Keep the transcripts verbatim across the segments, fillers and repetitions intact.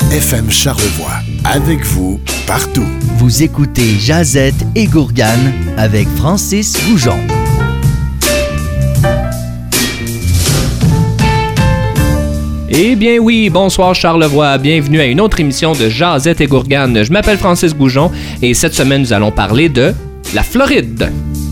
F M Charlevoix. Avec vous, partout. Vous écoutez Jazette et Gourgane avec Francis Goujon. Eh bien oui, bonsoir Charlevoix, bienvenue à une autre émission de Jazette et Gourgane. Je m'appelle Francis Goujon et cette semaine nous allons parler de la Floride.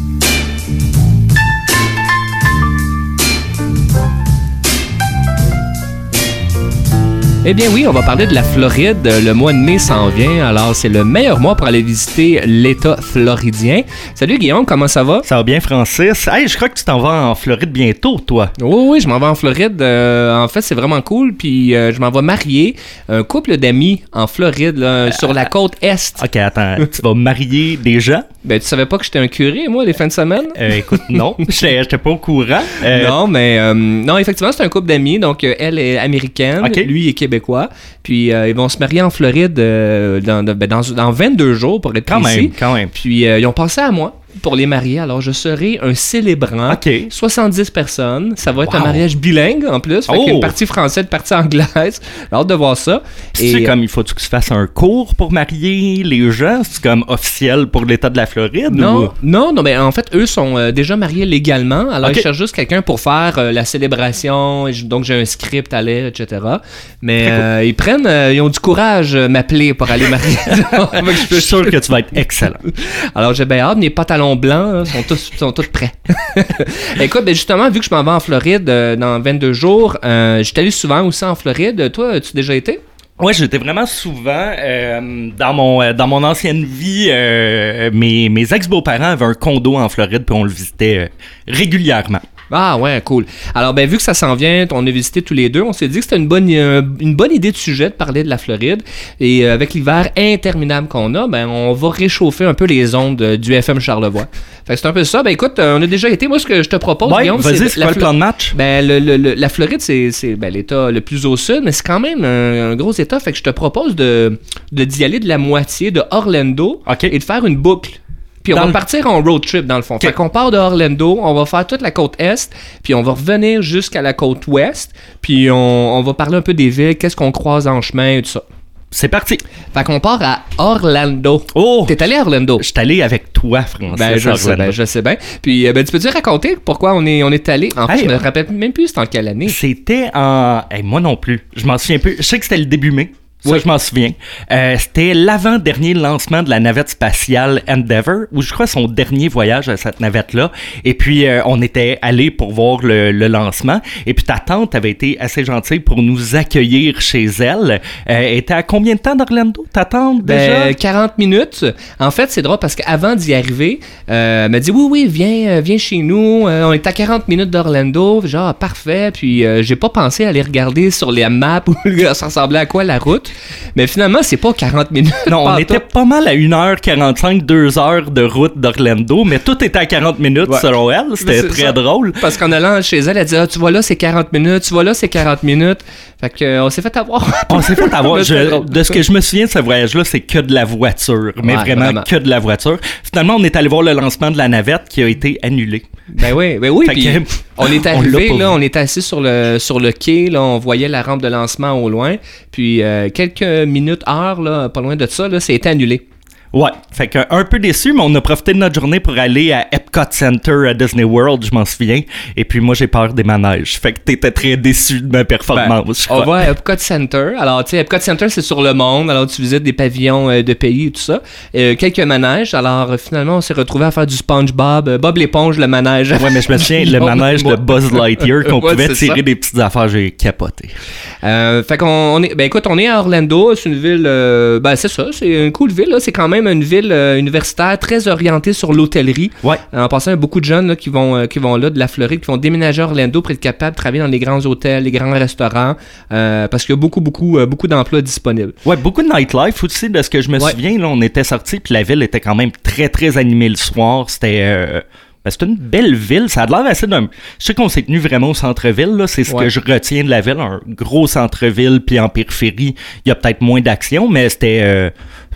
Eh bien oui, on va parler de la Floride. Le mois de mai s'en vient, alors c'est le meilleur mois pour aller visiter l'État floridien. Salut Guillaume, comment ça va? Ça va bien Francis. Hey, je crois que tu t'en vas en Floride bientôt, toi. Oui, oui, je m'en vais en Floride. Euh, en fait, c'est vraiment cool. Puis euh, je m'en vais marier un couple d'amis en Floride, là, euh, sur la côte Est. Ok, attends, tu vas marier des gens? Ben, tu savais pas que j'étais un curé, moi, les fins de semaine? Euh, écoute, non, j'étais, j'étais pas au courant. Euh... Non, mais euh, non, effectivement, c'est un couple d'amis. Donc, euh, elle est américaine, okay. Lui est québécois. Puis, euh, ils vont se marier en Floride euh, dans, dans, dans vingt-deux jours, pour être quand précis. Même, quand même. Puis, euh, ils ont pensé à moi pour les marier. Alors, je serai un célébrant. Okay. soixante-dix personnes. Ça va être wow. un mariage bilingue, en plus. Fait oh. une partie française, une partie anglaise. J'ai hâte de voir ça. C'est Et, comme, il faut que tu fasses un cours pour marier les gens? C'est comme officiel pour l'État de la Floride? Non, ou... non, non, mais en fait, eux sont euh, déjà mariés légalement. Alors, okay. Ils cherchent juste quelqu'un pour faire euh, la célébration. Donc, j'ai un script à lire, et cetera. Mais euh, cool. ils prennent, euh, ils ont du courage euh, m'appeler pour aller marier. Je suis sûr que tu vas être excellent. Alors, j'ai bien hâte. Mes pantalons blancs là, sont tous, sont tous prêts. Écoute, ben justement, vu que je m'en vais en Floride euh, dans vingt-deux jours, euh, je suis allé souvent aussi en Floride. Toi, as-tu déjà été? Ouais, j'étais vraiment souvent euh, dans mon euh, dans mon ancienne vie. Euh, mes mes ex-beaux-parents avaient un condo en Floride, puis on le visitait euh, régulièrement. Ah ouais, cool. Alors, ben vu que ça s'en vient, on a visité tous les deux, on s'est dit que c'était une bonne, euh, une bonne idée de sujet de parler de la Floride. Et euh, avec l'hiver interminable qu'on a, ben on va réchauffer un peu les ondes euh, du F M Charlevoix. Fait que c'est un peu ça. Ben écoute, euh, on a déjà été. Moi, ce que je te propose, ouais, Guillaume, vas-y, c'est... c'est quoi Fl- le plan de match? Ben, le, le, le, la Floride, c'est, c'est ben, l'État le plus au sud, mais c'est quand même un, un gros État. Fait que je te propose de, de d'y aller de la moitié de Orlando okay. et de faire une boucle. Puis on dans va le... partir en road trip, dans le fond. Okay. Fait qu'on part de Orlando, on va faire toute la côte Est, puis on va revenir jusqu'à la côte Ouest, puis on, on va parler un peu des villes, qu'est-ce qu'on croise en chemin et tout ça. C'est parti. Fait qu'on part à Orlando. Oh! T'es allé à Orlando? Je suis allé avec toi, Francis. Ben, je sais, ben, je sais bien. Puis, ben, tu peux-tu raconter pourquoi on est, on est allé? En fait, hey, je me rappelle même plus c'était en quelle année. C'était en... Hey, moi non plus. Je m'en souviens plus. Je sais que c'était le début mai. Ça, oui. Je m'en souviens. Euh, c'était l'avant-dernier lancement de la navette spatiale Endeavour, ou je crois son dernier voyage à cette navette-là. Et puis, euh, on était allés pour voir le, le lancement. Et puis, ta tante avait été assez gentille pour nous accueillir chez elle. Euh, elle était à combien de temps d'Orlando, ta tante, déjà? Ben, quarante minutes. En fait, c'est drôle parce qu'avant d'y arriver, euh, elle m'a dit, oui, oui, viens, viens chez nous. Euh, on est à quarante minutes d'Orlando. Genre, parfait. Puis, euh, j'ai pas pensé à aller regarder sur les maps où ça ressemblait à quoi la route. Mais finalement, c'est pas quarante minutes. Non, on était pas mal à une heure quarante-cinq, deux heures de route d'Orlando, mais tout était à quarante minutes ouais. selon elle. C'était très ça. drôle. Parce qu'en allant chez elle, elle dit ah, tu vois là, c'est quarante minutes, tu vois là, c'est quarante minutes. Fait qu'on euh, s'est fait avoir. On s'est fait avoir. je, de ce que je me souviens de ce voyage-là, c'est que de la voiture. Mais ouais, vraiment, vraiment que de la voiture. Finalement, on est allé voir le lancement de la navette qui a été annulé. Ben oui, ben oui. Puis on est arrivé, on là, on est assis sur le, sur le quai, là, on voyait la rampe de lancement au loin. Puis euh, quelques minutes, heures, là, pas loin de ça, là, c'est annulé. Ouais, fait que un peu déçu, mais on a profité de notre journée pour aller à Epcot Center à Disney World, je m'en souviens. Et puis moi, j'ai peur des manèges. Fait que t'étais très déçu de ma performance, ben, je crois. On va à Epcot Center. Alors, tu sais, Epcot Center, c'est sur le monde. Alors, tu visites des pavillons euh, de pays et tout ça. Euh, quelques manèges. Alors, euh, finalement, on s'est retrouvés à faire du SpongeBob. Euh, Bob l'éponge, le manège. Ouais, mais je me souviens, le manège de Buzz Lightyear, qu'on ouais, pouvait tirer ça. Des petites affaires. J'ai capoté. Euh, fait qu'on on est... Ben, écoute, on est à Orlando. C'est une ville... Euh, ben, c'est ça. C'est une cool ville, là. C'est quand même une ville... Euh, universitaire très orienté sur l'hôtellerie. Ouais. En passant, il y a beaucoup de jeunes là, qui, vont, euh, qui vont là de la Floride, qui vont déménager à Orlando pour être capables de travailler dans les grands hôtels, les grands restaurants, euh, parce qu'il y a beaucoup, beaucoup, euh, beaucoup d'emplois disponibles. Ouais, beaucoup de nightlife aussi, de ce que je me ouais. souviens. Là, on était sortis, puis la ville était quand même très, très animée le soir. C'était... Euh... Ben, c'est une belle ville, ça a l'air assez d'un... Je sais qu'on s'est tenu vraiment au centre-ville, là. C'est ce ouais. que je retiens de la ville, un gros centre-ville, puis en périphérie, il y a peut-être moins d'action, mais c'était... Euh...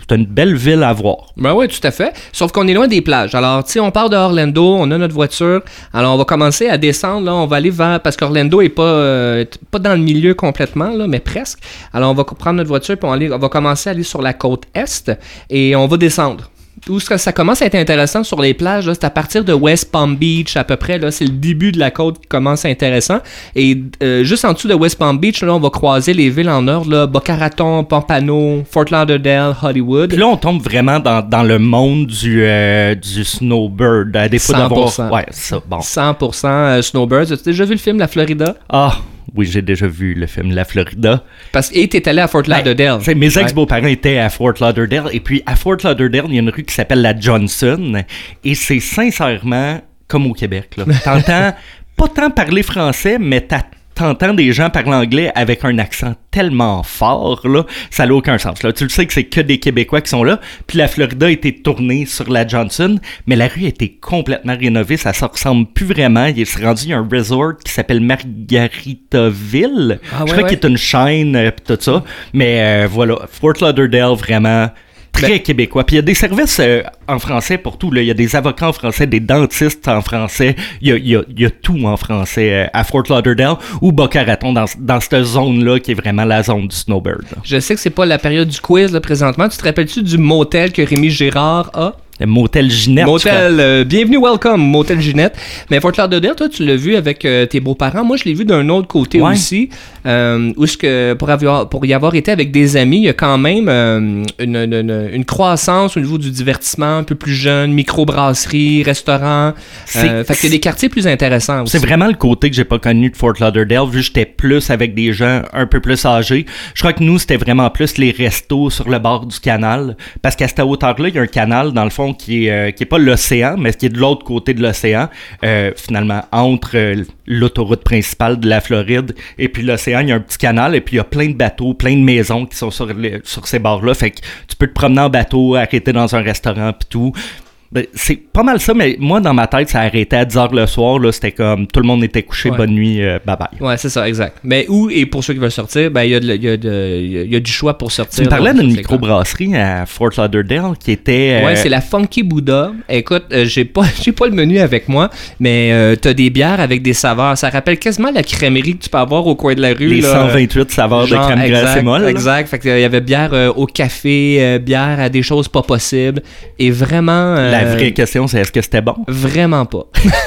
c'est une belle ville à voir. Ben oui, tout à fait. Sauf qu'on est loin des plages. Alors, tu sais, on part de Orlando, on a notre voiture. Alors, on va commencer à descendre. Là, on va aller vers... Parce qu'Orlando est pas, euh, pas dans le milieu complètement, là, mais presque. Alors, on va prendre notre voiture puis on, aller, on va commencer à aller sur la côte est et on va descendre. Où ça commence à être intéressant sur les plages, là, c'est à partir de West Palm Beach à peu près, là, c'est le début de la côte qui commence à être intéressant. Et euh, juste en dessous de West Palm Beach, là, on va croiser les villes en ordre, là, Boca Raton, Pompano, Fort Lauderdale, Hollywood. Puis là, on tombe vraiment dans, dans le monde du, euh, du snowbird. À défaut d'avoir... Ouais, ça, bon. cent pour cent snowbird. As-tu déjà vu le film La Florida? Ah, oui, j'ai déjà vu le film La Florida. Parce que t'es allé à Fort Lauderdale. Ben, mes ex-beaux-parents ouais. étaient à Fort Lauderdale. Et puis, à Fort Lauderdale, il y a une rue qui s'appelle la Johnson. Et c'est sincèrement comme au Québec. Là. T'entends pas tant parler français, mais t'as t'entends des gens parler anglais avec un accent tellement fort, là, ça n'a aucun sens. Là. Tu le sais que c'est que des Québécois qui sont là. Puis la Florida a été tournée sur la Johnson, mais la rue a été complètement rénovée. Ça ne ressemble plus vraiment. Il s'est rendu un resort qui s'appelle Margaritaville. Ah, ouais, je crois ouais. qu'il est une chaîne, euh, tout ça. Mais euh, voilà, Fort Lauderdale, vraiment... Très ben, québécois. Puis il y a des services euh, en français pour tout. Là. Il y a des avocats en français, des dentistes en français. Il y a, il y a, il y a tout en français euh, à Fort Lauderdale ou Boca Raton, dans, dans cette zone-là qui est vraiment la zone du snowbird. Là. Je sais que c'est pas la période du quiz là, présentement. Tu te rappelles-tu du motel que Rémi Girard a? Le Motel Ginette. Motel, euh, bienvenue, welcome, Motel Ginette. Mais Fort Lauderdale, toi, tu l'as vu avec euh, tes beaux-parents. Moi, je l'ai vu d'un autre côté ouais. aussi. Euh, où est-ce que pour, avoir, pour y avoir été avec des amis, il y a quand même euh, une, une, une croissance au niveau du divertissement un peu plus jeune, microbrasserie, restaurant. Euh, fait qu'il y a des quartiers plus intéressants aussi. C'est vraiment le côté que j'ai pas connu de Fort Lauderdale, vu que j'étais plus avec des gens un peu plus âgés. Je crois que nous, c'était vraiment plus les restos sur le bord du canal. Parce qu'à cette hauteur-là, il y a un canal, dans le fond, qui est, euh, qui est pas l'océan, mais qui est de l'autre côté de l'océan, euh, finalement, entre euh, l'autoroute principale de la Floride et puis l'océan, il y a un petit canal et puis il y a plein de bateaux, plein de maisons qui sont sur, les, sur ces bords-là, fait que tu peux te promener en bateau, arrêter dans un restaurant pis tout. Ben, c'est pas mal ça, mais moi, dans ma tête, ça arrêtait à dix heures le soir. Là, c'était comme tout le monde était couché, ouais. bonne nuit, euh, bye bye. Ouais, c'est ça, exact. Mais où, et pour ceux qui veulent sortir, ben il y, y, y, y a du choix pour sortir. Tu me parlais d'une microbrasserie à Fort Lauderdale qui était. Euh... Ouais, c'est la Funky Buddha. Écoute, euh, j'ai pas j'ai pas le menu avec moi, mais euh, t'as des bières avec des saveurs. Ça rappelle quasiment la crèmerie que tu peux avoir au coin de la rue. Les là, cent vingt-huit saveurs genre, de crème glacée molle. Exact. Fait qu'il y avait bière euh, au café, euh, bière à des choses pas possibles. Et vraiment. Euh, la vraie question, c'est est-ce que c'était bon? Vraiment pas.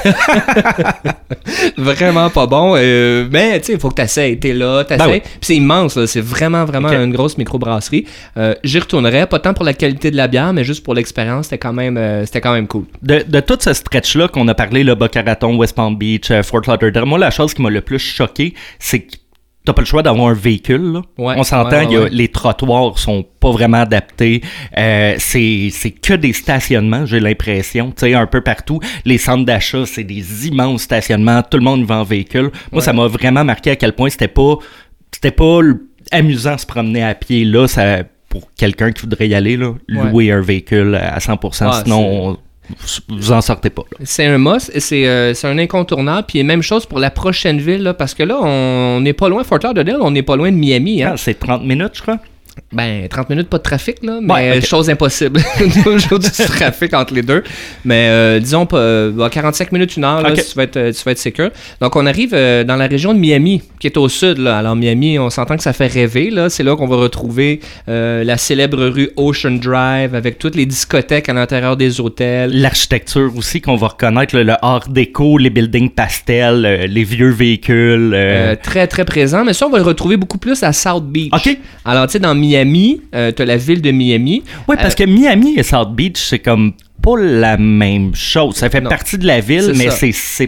Vraiment pas bon. Euh, mais tu sais, il faut que tu essaies. T'es là, t'essaies. Ben oui. Puis c'est immense, là. C'est vraiment, vraiment okay. une grosse microbrasserie. Euh, j'y retournerais, pas tant pour la qualité de la bière, mais juste pour l'expérience. C'était quand même, euh, c'était quand même cool. De, de tout ce stretch-là qu'on a parlé, le Boca Raton, West Palm Beach, euh, Fort Lauderdale, moi, la chose qui m'a le plus choqué, c'est que t'as pas le choix d'avoir un véhicule, là. Ouais, on s'entend, ouais, ouais, y a, ouais. les trottoirs sont pas vraiment adaptés. Euh, c'est, c'est que des stationnements, j'ai l'impression. Tu sais, un peu partout. Les centres d'achat, c'est des immenses stationnements. Tout le monde va en véhicule. Moi, ouais. ça m'a vraiment marqué à quel point c'était pas, c'était pas amusant de se promener à pied, là. Ça, pour quelqu'un qui voudrait y aller, là, louer ouais. un véhicule à cent pour cent. Ah, sinon, on, vous en sortez pas. Là. C'est un must, c'est, euh, c'est un incontournable. Puis même chose pour la prochaine ville, là, parce que là, on n'est pas loin, Fort Lauderdale, on n'est pas loin de Miami. Hein. Ah, c'est trente minutes, je crois. Ben, trente minutes, pas de trafic, là, mais ouais, okay. chose impossible. Toujours du trafic entre les deux. Mais euh, disons, euh, quarante-cinq minutes, une heure, là, okay. si tu vas être, tu vas être secure. Donc, on arrive euh, dans la région de Miami, qui est au sud. Là. Alors, Miami, on s'entend que ça fait rêver. Là. C'est là qu'on va retrouver euh, la célèbre rue Ocean Drive, avec toutes les discothèques à l'intérieur des hôtels. L'architecture aussi, qu'on va reconnaître, là, le art déco, les buildings pastels, euh, les vieux véhicules. Euh... Euh, très, très présent. Mais ça, on va le retrouver beaucoup plus à South Beach. OK. Alors, tu sais, dans Miami, euh, t'as la ville de Miami. Oui, parce euh, que Miami et South Beach, c'est comme pas la même chose. Ça fait non, partie de la ville, c'est mais ça. C'est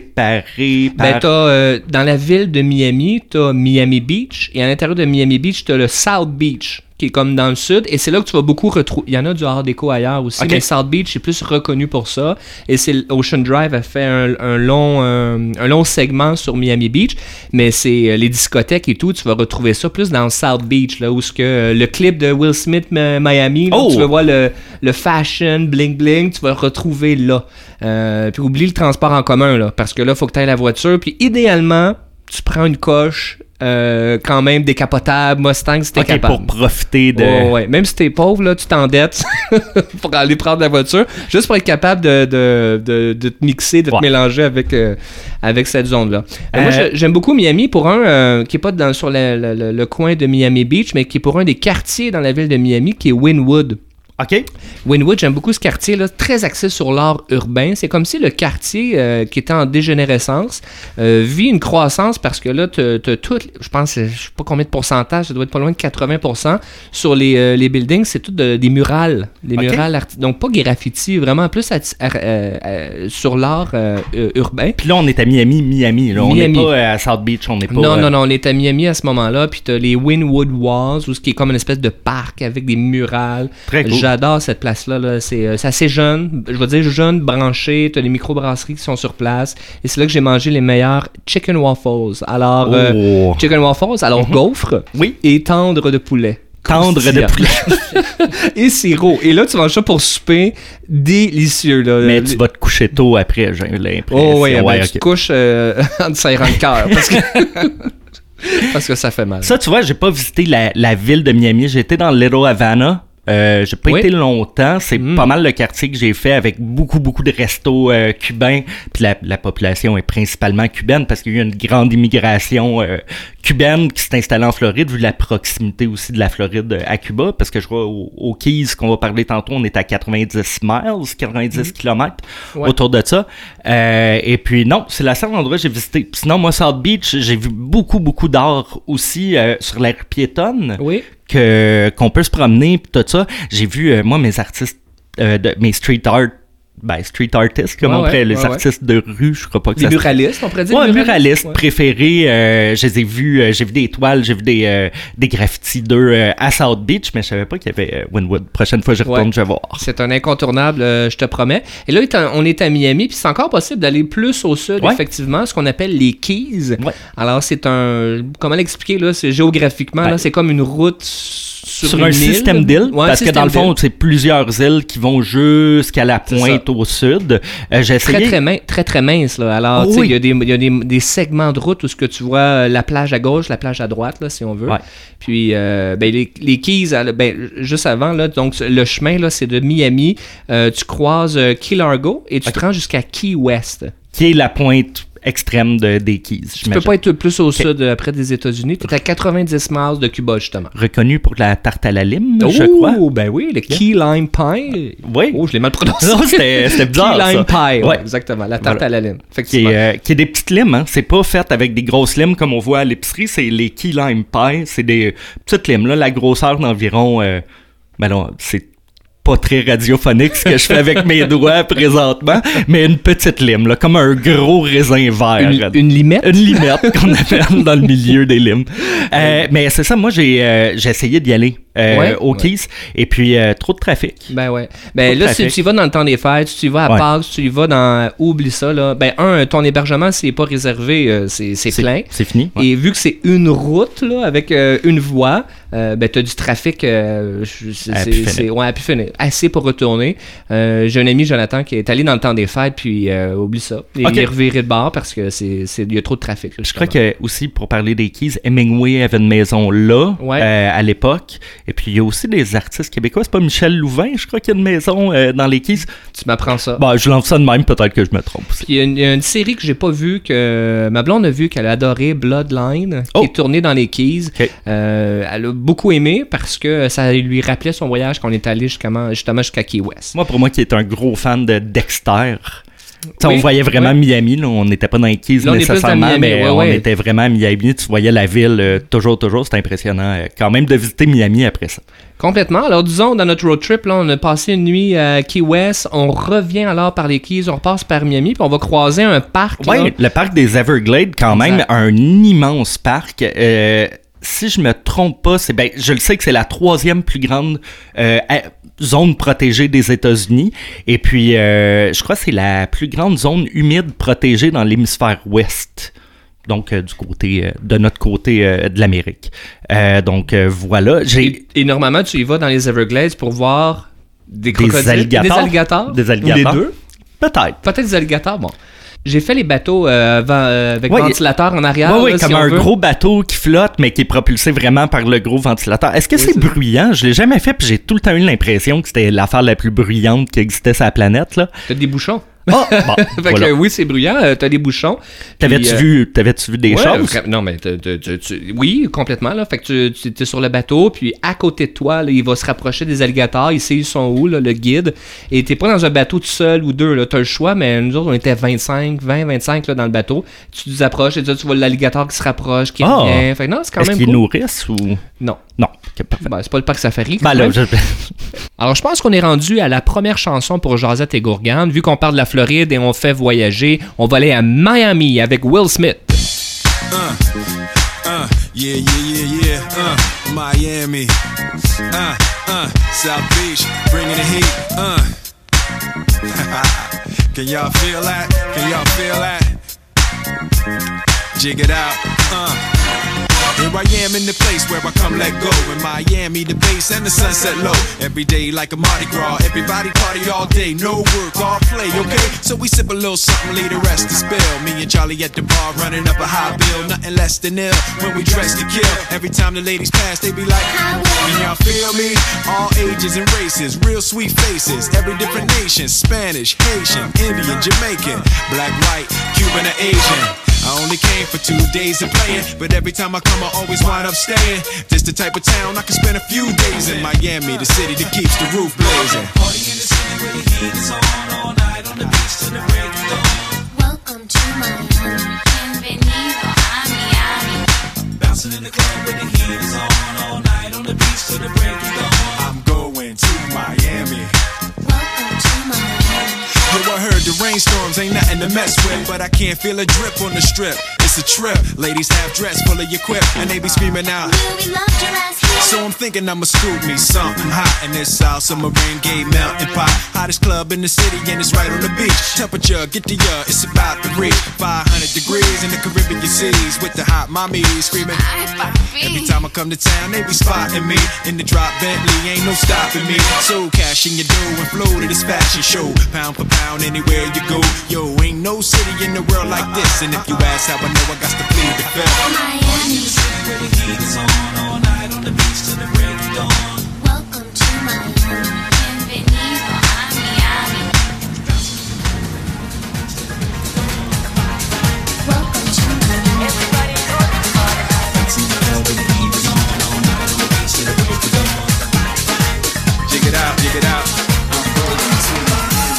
séparé par... Ben, t'as, euh, dans la ville de Miami, t'as Miami Beach, et à l'intérieur de Miami Beach, t'as le South Beach, qui est comme dans le sud, et c'est là que tu vas beaucoup retrouver... Il y en a du art déco ailleurs aussi, okay. mais South Beach est plus reconnu pour ça, et c'est Ocean Drive a fait un, un, long, un, un long segment sur Miami Beach, mais c'est les discothèques et tout, tu vas retrouver ça plus dans South Beach, là, où ce que euh, le clip de Will Smith Miami, là, oh! tu vas voir le, le fashion, bling bling, tu vas le retrouver là. Euh, puis oublie le transport en commun, là, parce que là, il faut que tu ailles la voiture, puis idéalement, tu prends une coche euh, quand même décapotable, Mustang, si t'es OK, capable. pour profiter de... Oh, ouais. Même si t'es pauvre, là, tu t'endettes pour aller prendre la voiture, juste pour être capable de, de, de, de te mixer, de te ouais. mélanger avec, euh, avec cette zone-là. Euh, euh, moi, j'aime beaucoup Miami pour un euh, qui est pas dans, sur le, le, le coin de Miami Beach, mais qui est pour un des quartiers dans la ville de Miami, qui est Wynwood. OK. Wynwood, j'aime beaucoup ce quartier-là, très axé sur l'art urbain. C'est comme si le quartier euh, qui était en dégénérescence euh, vit une croissance parce que là, tu as tout, je pense, je sais pas combien de pourcentage, ça doit être pas loin de quatre-vingts pour cent sur les, euh, les buildings, c'est tout de, des murales. Des okay. murales, arti- donc pas graffiti, vraiment plus ati- euh, euh, sur l'art euh, euh, urbain. Puis là, on est à Miami, Miami. Là. Miami. On n'est pas à South Beach, on n'est pas... Non, euh... non, non, on est à Miami à ce moment-là, puis tu as les Wynwood Walls, où ce qui est comme une espèce de parc avec des murales. Très cool. J'adore cette place-là. Là. C'est, euh, c'est assez jeune, je veux dire jeune, branché, tu as les microbrasseries qui sont sur place, et c'est là que j'ai mangé les meilleurs chicken waffles. Alors, Oh. euh, chicken waffles, alors Mm-hmm. gaufres Oui. et tendre de poulet. Tendre de Croustillant. poulet. Et sirop. Et là, tu manges ça pour souper, délicieux. Là. Mais tu vas te coucher tôt après, j'ai l'impression. Oh oui, ben, ouais, tu okay. te couches euh, en te serrant le cœur, parce que... parce que ça fait mal. Ça, tu vois, j'ai pas visité la, la ville de Miami. J'ai été dans Little Havana. Euh, j'ai pas Oui. été longtemps. C'est Mm. pas mal le quartier que j'ai fait avec beaucoup, beaucoup de restos euh, cubains. Puis la, la population est principalement cubaine parce qu'il y a eu une grande immigration euh, cubaine qui s'est installée en Floride, vu la proximité aussi de la Floride à Cuba. Parce que je crois au, au Keys, qu'on va parler tantôt, on est à quatre-vingt-dix miles, quatre-vingt-dix kilomètres Ouais. autour de ça. Euh, et puis non, c'est la seule endroit que j'ai visité. Puis sinon, moi, South Beach, j'ai vu beaucoup, beaucoup d'art aussi euh, sur la rue piétonne. Oui. Que, qu'on peut se promener pis tout ça. J'ai vu, euh, moi, mes artistes, euh, de, mes street art, ben, street artists, comme Ouais, on pourrait, ouais, les ouais, artistes de rue, je crois pas que Les ça se- muralistes, on pourrait dire. Ouais, muralistes. muralistes Ouais. préférés, euh, je les ai vus, euh, j'ai vu des toiles, j'ai vu des, euh, des graffitis d'eux euh, à South Beach, mais je savais pas qu'il y avait euh, Wynwood. Prochaine fois, je retourne, Ouais. je vais voir. C'est un incontournable, euh, je te promets. Et là, étant- on est à Miami, puis c'est encore possible d'aller plus au sud, Ouais. effectivement, ce qu'on appelle les Keys. Ouais. Alors, c'est un... Comment l'expliquer, là? C'est géographiquement, Ben, là, c'est comme une route sur, Sur une un île. système d'îles, Ouais, un parce que système dans le fond, d'îles. c'est plusieurs îles qui vont jusqu'à la C'est pointe au sud. Euh, j'ai Très, essayé... très, min- très, très mince, là. Alors, Oh tu sais, il oui. y a, des, il y a des, des segments de route où ce que tu vois euh, la plage à gauche, la plage à droite, là, si on veut. Ouais. Puis, euh, ben, les, les Keys, à- ben, juste avant, là, donc, le chemin, là, c'est de Miami. Euh, tu croises euh, Key Largo et tu Ok. te rends jusqu'à Key West. qui est la pointe extrême de, des Keys, Tu peux j'imagine. pas être plus au sud euh, après des États-Unis. Tu es à quatre-vingt-dix miles de Cuba, justement. Reconnu pour la tarte à la lime, je Oh, crois. ben oui, le Key Lime Pie. Oui. Oh, je l'ai mal prononcé. Non, c'était c'était bizarre, Key Lime ça. Pie, ouais, Ouais. exactement. La tarte Voilà. à la lime. Qui Effectivement. est, euh, qui est des petites limes, hein. C'est pas fait avec des grosses limes comme on voit à l'épicerie, c'est les Key Lime Pie. C'est des petites limes, là. La grosseur d'environ... Euh, ben non, c'est pas très radiophonique ce que je fais avec mes doigts présentement, mais une petite lime, là, comme un gros raisin vert. Une, une limette. Une limette qu'on appelle dans le milieu des limes. Euh, mais c'est ça, moi j'ai euh, j'ai essayé d'y aller euh, Ouais, au ouais. Keys, et puis euh, trop de trafic. Ben ouais. Ben Pas de là, si trafic. tu y vas dans le temps des fêtes, si tu y vas à Ouais. Pâques, si tu y vas dans... Oublie ça, là. Ben un, ton hébergement, c'est pas réservé, euh, c'est c'est plein. C'est fini. ouais. Et vu que c'est une route, là, avec euh, une voie, euh, ben t'as du trafic... Euh, je- c'est, À c'est- pu finir. c'est- ouais, à pu finir. Assez pour retourner. Euh, j'ai un ami, Jonathan, qui est allé dans le temps des fêtes, puis euh, oublie ça. Il Ok. est reviré de bord parce que c'est, c'est, il y a trop de trafic. là, Je crois justement. que aussi, pour parler des Keys, Hemingway avait une maison là, Ouais. euh, à l'époque. Et puis, il y a aussi des artistes québécois. C'est pas Michel Louvain, je crois qu'il y a une maison euh, dans les Keys. Tu m'apprends ça. Bon, je lance ça de même, peut-être que je me trompe aussi. Puis il y, a une- il y a une série que j'ai pas vue, que ma blonde a vue, qu'elle a adoré, Bloodline, Oh. qui est tournée dans les Keys. Ok. Euh, elle a beaucoup aimé parce que ça lui rappelait son voyage qu'on est allé justement, justement jusqu'à Key West. Moi, pour moi, qui est un gros fan de Dexter, t'sais, Oui, on voyait vraiment ouais. Miami, là, on n'était pas dans les Keys Là, on est plus dans nécessairement, Miami, mais ouais, on ouais. était vraiment à Miami. Tu voyais la ville euh, toujours, toujours. C'était impressionnant euh, quand même de visiter Miami après ça. Complètement. Alors disons, dans notre road trip, là, on a passé une nuit à Key West, on revient alors par les Keys, on repasse par Miami, puis on va croiser un parc. là. Oui, le parc des Everglades, quand même, Exact. un immense parc. Euh, si je me trompe pas, c'est ben, je le sais que c'est la troisième plus grande euh, à- zone protégée des États-Unis. Et puis, euh, je crois que c'est la plus grande zone humide protégée dans l'hémisphère ouest. Donc, euh, du côté, euh, de notre côté euh, de l'Amérique. Euh, donc, euh, voilà. J'ai Et, et normalement, tu y vas dans les Everglades pour voir des des crocodiles, alligators. des alligators, Des ou alligators. les deux. Peut-être. Peut-être des alligators, bon. J'ai fait les bateaux euh, vent- euh, avec Ouais, ventilateur en arrière. Oui, oui, là, comme si on un veut. gros bateau qui flotte, mais qui est propulsé vraiment par le gros ventilateur. Est-ce que Oui, c'est c'est- bruyant? Je l'ai jamais fait, puis j'ai tout le temps eu l'impression que c'était l'affaire la plus bruyante qui existait sur la planète, là. T'as des bouchons. Ah! Bon, Fait voilà. que oui, c'est bruyant. euh, t'as des bouchons. T'avais-tu Puis, euh, vu, t'avais-tu vu des ouais, choses? vra- Non, mais t'as- t'as- t'as- tu- oui, complètement. Là. Fait que tu, tu es sur le bateau, puis à côté de toi, là, il va se rapprocher des alligators. Il sait ils sont où, là, le guide. Et t'es pas dans un bateau tout seul ou deux. Là. T'as le choix, mais nous autres, on était vingt-cinq, vingt, vingt-cinq là, dans le bateau. Tu te approches et tu vois l'alligator qui se rapproche, qui Ah! revient. Fait que non, c'est quand Est-ce même qu'ils cool. nourrissent ou... Non. Non, ok, parfait. Ben, c'est pas le parc safari. quand Ben là, même. je... Alors, je pense qu'on est rendu à la première chanson pour Jazette et Gourgane. Vu qu'on parle de la Floride et on fait voyager, on va aller à Miami avec Will Smith. Uh, uh, yeah, yeah, yeah, yeah. Uh, Miami. Uh, uh, South Beach, bringing the heat. Uh. Can y'all feel that? Can y'all feel that? Jig it out. Uh. Here I am in the place where I come let go. In Miami, the bass and the sunset low. Every day like a Mardi Gras. Everybody party all day. No work, all play, okay? So we sip a little something, leave the rest to spill. Me and Charlie at the bar running up a high bill. Nothing less than ill when we dress to kill. Every time the ladies pass, they be like, can y'all feel me? All ages and races, real sweet faces. Every different nation, Spanish, Haitian, Indian, Jamaican, black, white, Cuban, or Asian. I only came for two days of playing, but every time I come I always wind up staying. This the type of town I can spend a few days in. Miami, the city that keeps the roof blazing. Party in the city where the heat is on, all night on the beach till the break of dawn. Welcome to Miami. Bienvenido a Miami. Bouncing in the club where the heat is on, all night on the beach till the break of dawn. I'm going to Miami. Welcome to Miami. Yo, I heard the rainstorms ain't nothing to mess with, but I can't feel a drip on the strip. It's a trip. Ladies half dressed, full of your quip, and they be screaming out. Will we love your ass here? So I'm thinking I'ma scoop me something hot in this South Submarine Gay melting pot. Hottest club in the city and it's right on the beach. Temperature, get the uh, it's about to reach five hundred degrees in the Caribbean seas with the hot mommy screaming. Ay, papi. Every time I come to town, they be spotting me in the drop Bentley, ain't no stopping me. So cash in your dough and flow to this fashion show. Pound for pound, anywhere you go. Yo, ain't no city in the world like this. And if you ask how I know, I got to plead the fifth. Miami. Where the heat is on, all night on the beach till the break of dawn. Welcome to Miami. Bienvenido a Miami. Welcome to Miami. Jig it out, jig it out. I'm going to Miami.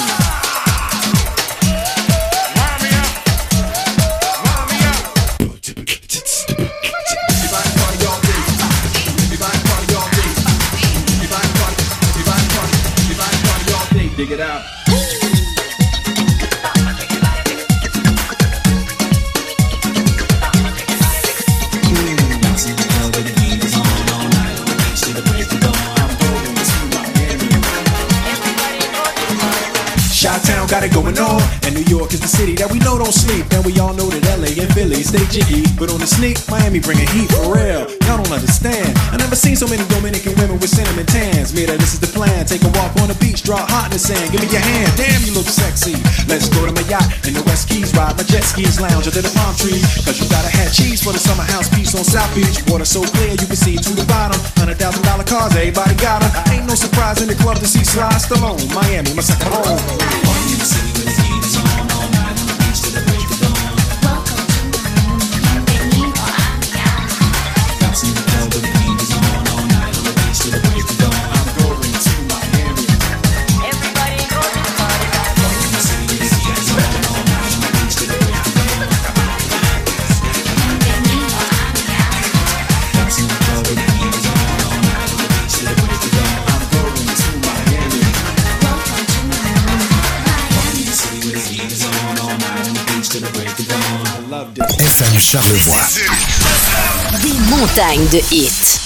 Wind me up. Wind me up. Everybody party all day. Everybody party all day. Everybody party. Everybody party. Everybody party all day. Dig it out. Chi-town got it going on, and New York is the city that we know don't sleep. And we all know that L A and Philly stay jiggy, but on the sneak, Miami bringing heat for real. Y'all don't understand. I never seen so many Dominican women with cinnamon tans. Me, that this is the plan. Take a walk on the beach, draw hot in the sand. Give me your hand, damn you look sexy. Let's go to my yacht in the West Keys, ride my jet skis, lounge under the palm trees. Cause you gotta have cheese for the summer house piece on South Beach. Water so clear you can see to the bottom. Hundred thousand dollar cars, everybody got 'em. Ain't no surprise in the club to see Sly Stallone. Miami, my second home. Party in the city where the heat is on, all night on the beach till the break of dawn. Welcome to Miami. Bienvenido a Miami. Bouncing in the club where the heat is on, all night on the beach till the break of dawn. I'm going to Miami. Party in the city where the heat is on, all night on the beach till the break of dawn. Bienvenido a Miami. Bouncing in the club where the heat is on, all night on the beach till the break of dawn. I'm going to Miami. Welcome to Miami. Party in the city where the heat is on, all night on the beach till the break of dawn. I love this. F M Charlevoix. Des montagnes de hits.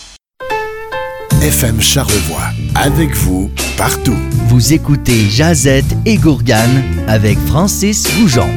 F M Charlevoix. Avec vous, partout. Vous écoutez Jazette et Gourgane avec Francis Goujon.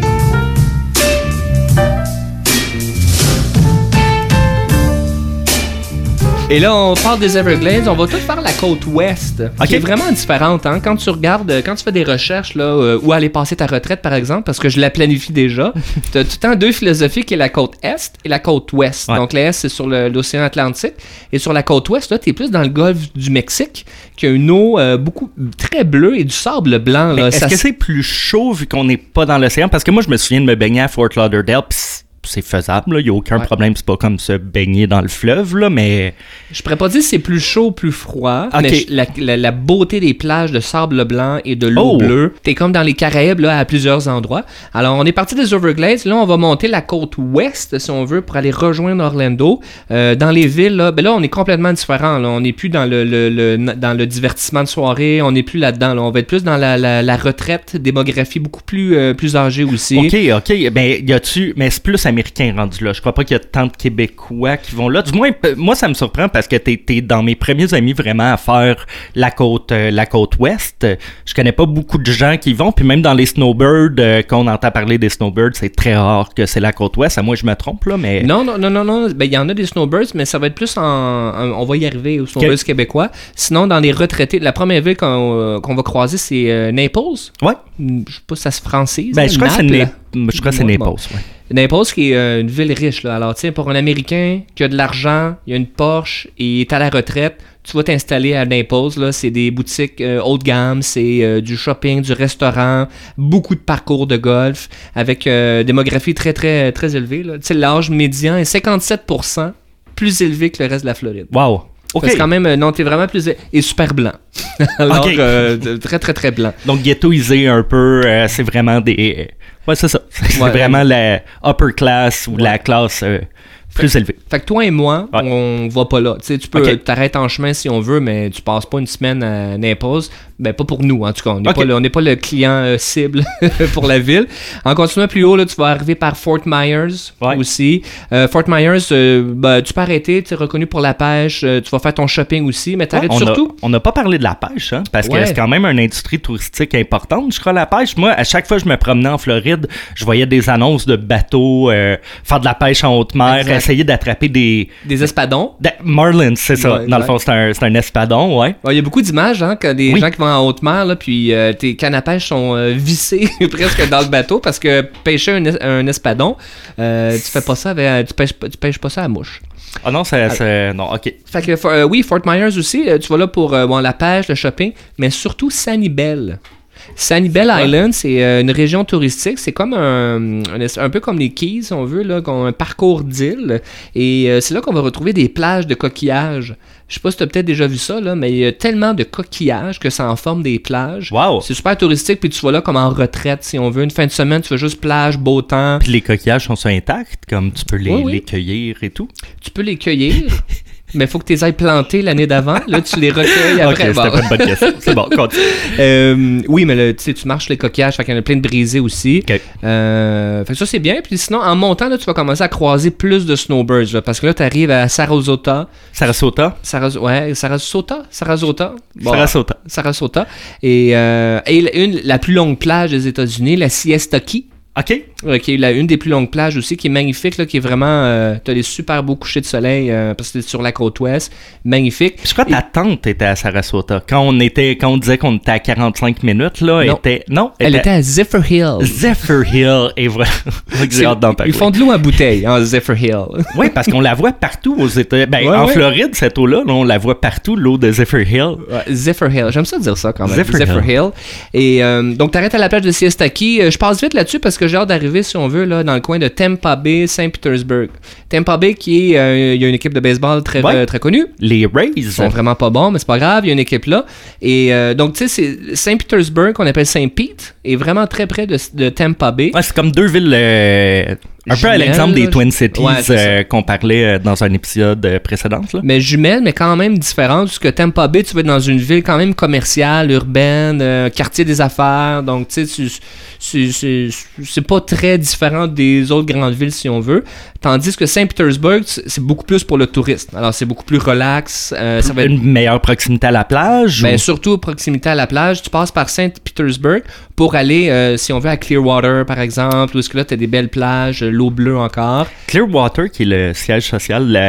Et là, on parle des Everglades. On va tout faire la côte ouest, Ok. qui est vraiment différente. Hein? Quand tu regardes, quand tu fais des recherches, là, euh, où aller passer ta retraite, par exemple, parce que je la planifie déjà, tu as tout le temps deux philosophies qui est la côte est et la côte ouest. Ouais. Donc, l'est, c'est sur le- l'océan Atlantique. Et sur la côte ouest, là, tu es plus dans le golfe du Mexique, qui a une eau euh, beaucoup très bleue et du sable blanc. Mais Là. est-ce Ça que s- c'est plus chaud vu qu'on n'est pas dans l'océan? Parce que moi, je me souviens de me baigner à Fort Lauderdale, pis c'est- c'est faisable, il n'y a aucun Ouais. problème. C'est pas comme se baigner dans le fleuve, là, mais... Je pourrais pas dire si c'est plus chaud ou plus froid, Ok. mais la, la- la beauté des plages de sable blanc et de l'eau Oh. bleue, t'es comme dans les Caraïbes là, à plusieurs endroits. Alors, on est parti des Everglades. Là, on va monter la côte ouest, si on veut, pour aller rejoindre Orlando. Euh, dans les villes, là, ben là, on est complètement différent. Là. On n'est plus dans le, le- le- dans le divertissement de soirée. On n'est plus là-dedans. Là. On va être plus dans la, la- la retraite, démographie beaucoup plus, euh, plus âgée aussi. OK, OK. Ben, y a-tu... Mais c'est plus américain rendu là. Je crois pas qu'il y a tant de Québécois qui vont là. Du moins, p- moi, ça me surprend parce que t'es, t'es dans mes premiers amis vraiment à faire la côte, euh, la côte ouest. Je connais pas beaucoup de gens qui y vont. Puis même dans les snowbirds, euh, quand on entend parler des snowbirds, c'est très rare que c'est la côte ouest. À moi, je me trompe, là, mais... Non, non, non, non, non. Ben, il y en a des snowbirds, mais ça va être plus en. en- on va y arriver aux snowbirds Ok. québécois. Sinon, dans les retraités, la première ville qu'on, euh, qu'on va croiser, c'est euh, Naples. Ouais. Hmm, Je sais pas si ça se francise. Ben, là, je crois que c'est Naples. Nap- je crois que c'est Ouais, Naples, bon. ouais. Naples, qui est euh, une ville riche. Là. Alors, tiens, pour un Américain qui a de l'argent, il a une Porsche et est à la retraite, tu vas t'installer à Naples. Là. C'est des boutiques euh, haut de gamme, c'est euh, du shopping, du restaurant, beaucoup de parcours de golf, avec euh, démographie très, très, très élevée. Là. Tu sais, l'âge médian est cinquante-sept pour cent plus élevé que le reste de la Floride. Wow. OK. C'est quand même, euh, non, t'es vraiment plus... é- Et super blanc. Alors, Ok. euh, de- très, très, très blanc. Donc, ghettoisé un peu, euh, c'est vraiment des... Ouais, c'est ça. C'est Ouais. vraiment la upper class ou la classe euh, plus élevée. Fait que toi et moi, Ouais. on va pas là. Tu sais, tu peux Ok. t'arrêter en chemin si on veut, mais tu passes pas une semaine à Naples. Ben, pas pour nous, en tout cas. On n'est Ok. pas, le- on n'est pas le client euh, cible pour la ville. En continuant plus haut, là, tu vas arriver par Fort Myers Ouais. aussi. Euh, Fort Myers, euh, ben, tu peux arrêter, tu es reconnu pour la pêche, euh, tu vas faire ton shopping aussi, mais t'arrêtes on surtout. a- On n'a pas parlé de la pêche, hein, parce Ouais. que c'est quand même une industrie touristique importante, je crois, la pêche. Moi, à chaque fois que je me promenais en Floride, je voyais des annonces de bateaux, euh, faire de la pêche en haute mer, Exact. essayer d'attraper des... Des espadons. des- Marlins, c'est ça. Ouais, Dans le exact. fond, c'est un, c'est un espadon, ouais. Ouais, il y a beaucoup d'images, hein, quand des Oui. gens qui vont en haute mer, là, puis euh, tes cannes à pêche sont euh, vissées presque dans le bateau parce que pêcher un, es- un espadon, euh, tu fais pas ça avec, tu pêches, pas- tu pêches pas ça à mouche. Ah non, c'est... c'est- non, OK. Fait que, euh, oui, Fort Myers aussi, euh, tu vas là pour euh, bon, la pêche, le shopping, mais surtout Sanibel. Sanibel Island, c'est euh, une région touristique. C'est comme un, un, es- un peu comme les Keys, si on veut, là, qu'on- un parcours d'îles. Et euh, c'est là qu'on va retrouver des plages de coquillages. Je sais pas si tu as peut-être déjà vu ça, là, mais il y a tellement de coquillages que ça en forme des plages. Wow. C'est super touristique, puis tu vas là comme en retraite, si on veut. Une fin de semaine, tu fais juste plage, beau temps. Puis les coquillages sont intacts, comme tu peux les, Oui, oui. les cueillir et tout. Tu peux les cueillir, mais il faut que tu les ailles planter l'année d'avant. Là, tu les recueilles Ok, après. c'était Bon. pas une bonne question. C'est bon, continue. Euh, oui, mais le- tu sais, tu marches les coquillages, fait qu'il y en a plein de brisés aussi. Ok. Euh, fait que ça, c'est bien. Puis sinon, en montant, là, tu vas commencer à croiser plus de snowbirds. Là, parce que là, tu arrives à Sarasota. Sarasota? Saras- ouais, Sarasota? Sarasota? Bon, Sarasota. Sarasota. Et, euh, et la- une, la plus longue plage des États-Unis, la Siesta Key. OK. euh, qui est la, une des plus longues plages aussi, qui est magnifique, là, qui est vraiment... Euh, t'as des super beaux couchers de soleil, euh, parce que c'est sur la côte ouest. Magnifique. Puis je crois que ta tante était à Sarasota. Quand on était, quand on disait qu'on était à quarante-cinq minutes, là, Non. était, non, Elle était à Zephyr Hill. Zephyr Hill, et voilà. J'ai hâte d'en parler. Ils font de l'eau en bouteille, en Zephyr Hill. Oui, parce qu'on la voit partout aux États. Ben, Ouais, en ouais. Floride, cette eau-là, là, on la voit partout, l'eau de Zephyr Hill. Ouais, Zephyr Hill. J'aime ça dire ça quand même. Zephyr Hill. Et euh, donc, t'arrêtes à la plage de Siesta Key. Euh, Je passe vite là-dessus parce que j'ai hâte d'arriver, si on veut, là, dans le coin de Tampa Bay, Saint-Petersburg. Tampa Bay, qui est. euh, il y a une équipe de baseball très, Ouais. euh, très connue. Les Rays. Ils sont vraiment pas bons, mais c'est pas grave, il y a une équipe là. Et euh, donc, tu sais, c'est Saint-Petersburg, qu'on appelle Saint-Pete, est vraiment très près de, de Tampa Bay. Ouais, c'est comme deux villes. euh, un peu à Jumelles, l'exemple des là, Twin je- Cities Ouais, c'est euh, qu'on parlait euh, dans un épisode euh, précédent. Là. Mais jumelles, mais quand même différentes, parce que Tampa Bay, tu vas être dans une ville quand même commerciale, urbaine, euh, quartier des affaires, donc tu sais, tu- c'est- c'est c'est pas très différent des autres grandes villes, si on veut. Tandis que Saint-Pétersbourg, c'est c'est beaucoup plus pour le touriste. Alors, c'est beaucoup plus relax. euh, ça va être Une meilleure proximité à la plage. ben, ou- surtout proximité à la plage, tu passes par Saint-Pétersbourg pour aller, euh, si on veut, à Clearwater, par exemple, où est-ce que là, tu as des belles plages, euh, l'eau bleue encore. Clearwater, qui est le siège social de la,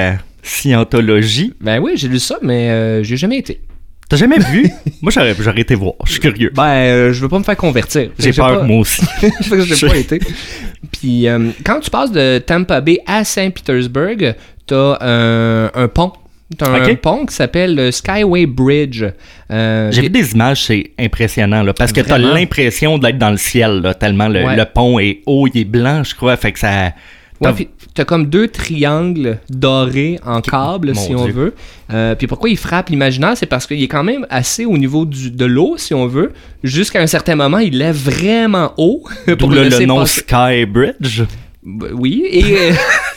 Scientologie. Ben oui, j'ai lu ça, mais euh, j'ai jamais été. T'as jamais vu? Moi, j'aurais, j'aurais été voir. Je suis curieux. Ben, euh, je veux pas me faire convertir. J'ai Fait que peur, pas- moi aussi. Fait que j'ai pas été. Puis, euh, quand tu passes de Tampa Bay à Saint-Pétersbourg, t'as un, un pont. T'as un Ok. pont qui s'appelle le Skyway Bridge. Euh, J'ai et- vu des images, c'est impressionnant, là, parce que t'as Vraiment. l'impression d'être dans le ciel, là, tellement le, Ouais. le pont est haut, il est blanc, je crois, fait que ça... Ouais, t'as- puis t'as comme deux triangles dorés en câble, Mon si on Dieu. veut. Euh, puis pourquoi il frappe l'imaginaire, c'est parce qu'il est quand même assez au niveau du, de l'eau, si on veut. Jusqu'à un certain moment, il lève vraiment haut D'où pour le, le le laisser nom passer. Sky Bridge. B- Oui, et... euh,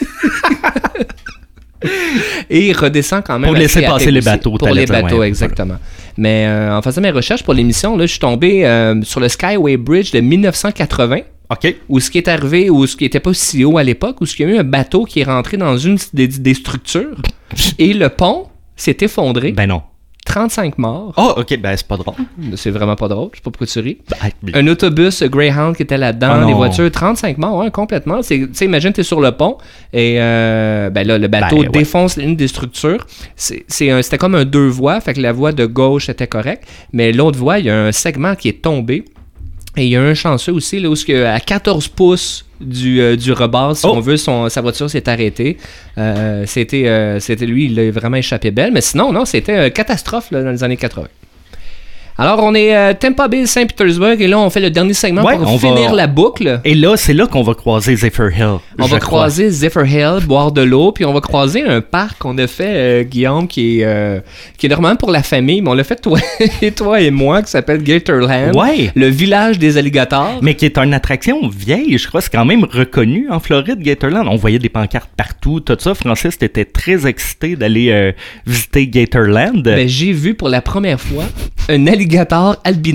et il redescend quand même Pour laisser assez à passer pic les aussi. bateaux, Pour t'allais les dire, bateaux, ouais. exactement. Mais euh, en faisant mes recherches pour l'émission, là, je suis tombé euh, sur le Skyway Bridge de dix-neuf cent quatre-vingts. OK. Où ce qui est arrivé, ou ce qui était pas si haut à l'époque, où ce qu'il y a eu un bateau qui est rentré dans une des, des structures et le pont s'est effondré. Ben non. trente-cinq morts. Oh, OK, ben c'est pas drôle. C'est vraiment pas drôle, je sais pas pourquoi tu ris. Ben, Un autobus Greyhound qui était là-dedans, Oh des non. voitures, trente-cinq morts, ouais, complètement. C'est- Tu sais, imagine, t'es sur le pont et euh, ben là, le bateau Ben, ouais. défonce une des structures. C'est- c'est un- C'était comme un deux voies, fait que la voie de gauche était correcte, mais l'autre voie, il y a un segment qui est tombé. Et il y a un chanceux aussi, là, où ce que, à quatorze pouces du, euh, du rebord, si Oh. on veut, son, sa voiture s'est arrêtée. Euh, c'était, euh, c'était lui, il a vraiment échappé belle. Mais sinon, non, c'était une catastrophe là, dans les années quatre-vingts. Alors, on est à Tampa Bay, Saint-Pétersbourg, et là, on fait le dernier segment Ouais, pour on finir va- la boucle. Et là, c'est là qu'on va croiser Zephyr Hill. On je va crois. croiser Zephyr Hill, boire de l'eau, puis on va croiser un parc qu'on a fait, euh, Guillaume, qui est, euh, qui est normalement pour la famille, mais on l'a fait toi et toi et moi, qui s'appelle Gatorland. Ouais. Le village des alligators. Mais qui est une attraction vieille, je crois, c'est quand même reconnu en Floride, Gatorland. On voyait des pancartes partout, tout ça. Francis, t'étais très excité d'aller euh, visiter Gatorland. Ben, j'ai vu pour la première fois un alligator albinos.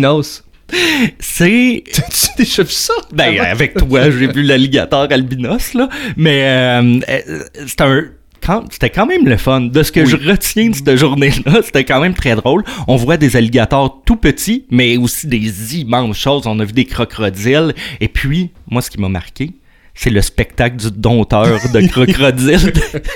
c'est... T'as-tu déjà vu ça? Ben, avec toi, j'ai vu l'alligator albinos, là. Mais euh, euh, c'est un... Quand, c'était quand même le fun. De ce que je retiens de cette journée-là, c'était quand même très drôle. On voit des alligators tout petits, mais aussi des immenses choses. On a vu des crocodiles. Et puis, moi, ce qui m'a marqué, c'est le spectacle du dompteur de crocodile.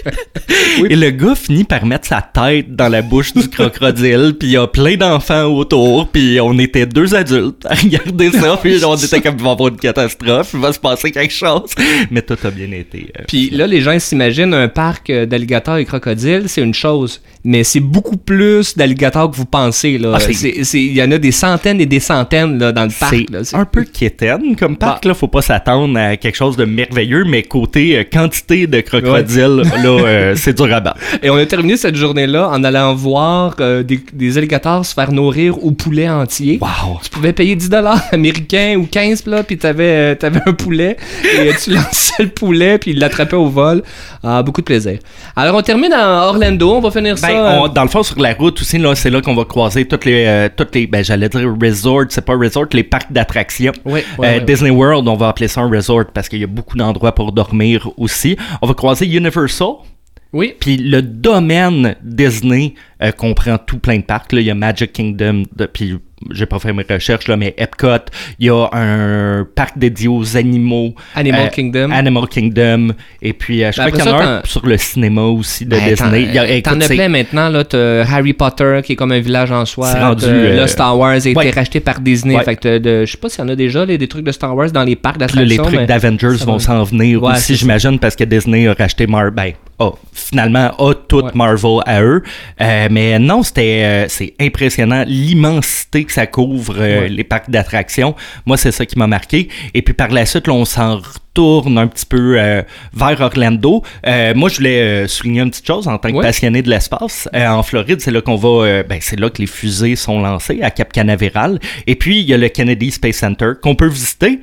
Et le gars finit par mettre sa tête dans la bouche du crocodile, puis il y a plein d'enfants autour, puis on était deux adultes à regarder ça, puis on était comme, il va y avoir une catastrophe, il va se passer quelque chose. Mais tout a bien été. euh, Puis là, les gens s'imaginent un parc euh, d'alligators et crocodiles, c'est une chose. Mais c'est beaucoup plus d'alligators que vous pensez. Là. Ah, c'est- C'est- c'est- Il y en a des centaines et des centaines là, dans le parc. C'est là. C'est- un peu quétaine comme parc, Bah. là. Faut pas s'attendre à quelque chose de merveilleux, mais côté euh, quantité de crocodiles, là, euh, c'est dur à battre. Et on a terminé cette journée-là en allant voir euh, des, des alligators se faire nourrir au poulet entier. Wow! Tu pouvais payer dix dollars américains ou quinze, là, puis t'avais, euh, t'avais un poulet, et euh, tu lançais le poulet, puis il l'attrapait au vol. Ah, beaucoup de plaisir. Alors, on termine à Orlando, on va finir ça. Ben, euh, on- dans le fond, sur la route aussi, là, c'est là qu'on va croiser toutes les, euh, toutes les, ben, j'allais dire resort, c'est pas resort, les parcs d'attractions. Ouais, ouais, Euh, ouais. Disney World, on va appeler ça un resort parce qu'il y a beaucoup d'endroits pour dormir aussi. On va croiser Universal. Oui. Puis le domaine Disney euh, comprend tout plein de parcs. Là. Il y a Magic Kingdom, de, puis j'ai pas fait mes recherches, là, mais Epcot. Il y a un parc dédié aux animaux. Animal Euh, Kingdom. Animal Kingdom. Et puis, euh, je Ben crois après qu'il y en a ça, un t'en- sur le cinéma aussi de Ben, Disney. Il y a- T'en, écoute, t'en as c'est- plein maintenant, là. T'as Harry Potter, qui est comme un village en soi. C'est rendu, T'as- euh, Là, Star Wars a été ouais. racheté par Disney. Ouais. Fait que t'as de- je sais pas s'il y en a déjà, là, des trucs de Star Wars dans les parcs Puis là, d'attractions. les trucs mais d'Avengers ça vont va. s'en venir Ouais, c'est aussi, ça. j'imagine, parce que Disney a racheté Marvel. Ben, a, finalement, a tout Ouais. Marvel à eux. Euh, mais non, c'était euh, c'est impressionnant l'immensité que ça couvre euh, Ouais. les parcs d'attractions. Moi, c'est ça qui m'a marqué. Et puis par la suite, là, on s'en retourne un petit peu euh, vers Orlando. Euh, moi, je voulais euh, souligner une petite chose en tant que Ouais. passionné de l'espace. Euh, en Floride, c'est là qu'on va, euh, ben, c'est là que les fusées sont lancées à Cap Canaveral. Et puis, il y a le Kennedy Space Center qu'on peut visiter.